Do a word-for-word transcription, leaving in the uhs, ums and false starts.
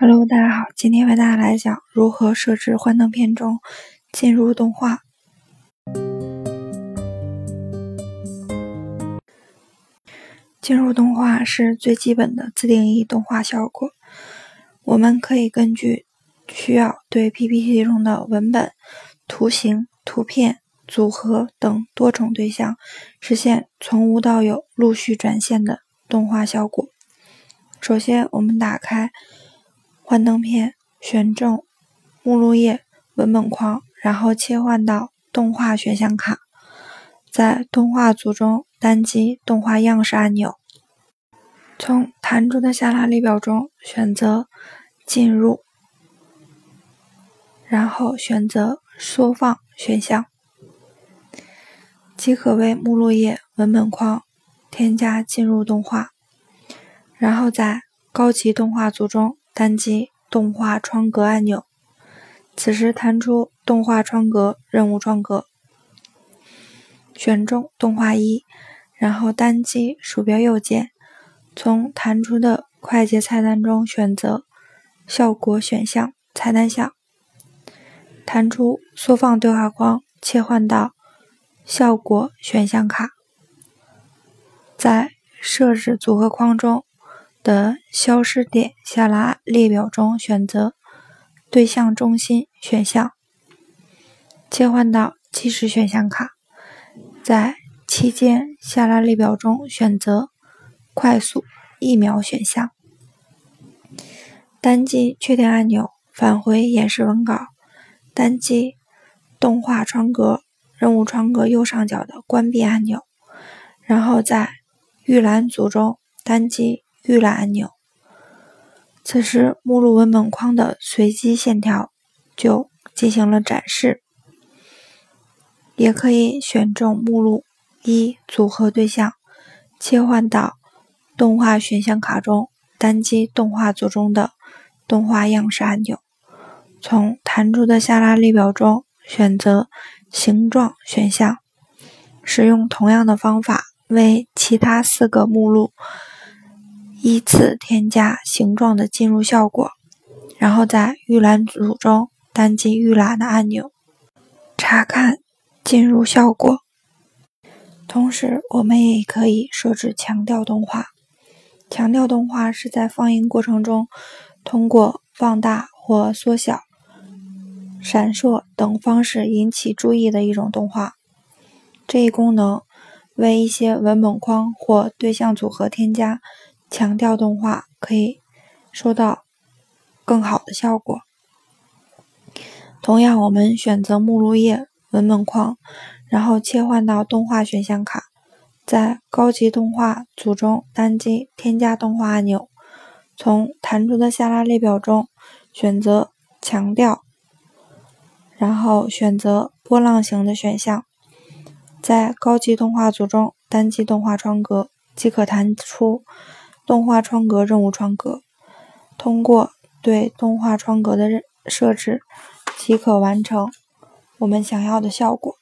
Hello， 大家好，今天为大家来讲如何设置幻灯片中进入动画。进入动画是最基本的自定义动画效果，我们可以根据需要对 P P T 中的文本、图形、图片、组合等多种对象实现从无到有陆续展现的动画效果。首先，我们打开幻灯片，选中目录页文本框，然后切换到动画选项卡，在动画组中单击动画样式按钮，从弹出的下拉列表中选择进入，然后选择缩放选项，即可为目录页文本框添加进入动画，然后在高级动画组中单击动画窗格按钮，此时弹出动画窗格任务窗格，选中动画一，然后单击鼠标右键，从弹出的快捷菜单中选择效果选项菜单项，弹出缩放对话框，切换到效果选项卡，在设置组合框中的消失点下拉列表中选择对象中心选项，切换到计时选项卡，在期间下拉列表中选择快速一秒选项，单击确定按钮返回演示文稿，单击动画窗格任务窗格右上角的关闭按钮，然后在预览组中单击预览按钮，此时目录文本框的随机线条就进行了展示。也可以选中目录一组合对象，切换到动画选项卡中，单击动画组中的动画样式按钮，从弹出的下拉列表中选择形状选项，使用同样的方法为其他四个目录依次添加形状的进入效果，然后在预览组中单击预览的按钮，查看进入效果。同时，我们也可以设置强调动画。强调动画是在放映过程中通过放大或缩小、闪烁等方式引起注意的一种动画。这一功能为一些文本框或对象组合添加强调动画，可以收到更好的效果。同样，我们选择目录页文本框，然后切换到动画选项卡，在高级动画组中单击添加动画按钮，从弹出的下拉列表中选择强调，然后选择波浪形的选项，在高级动画组中单击动画窗格，即可弹出动画窗格任务窗格。通过对动画窗格的设置，即可完成我们想要的效果。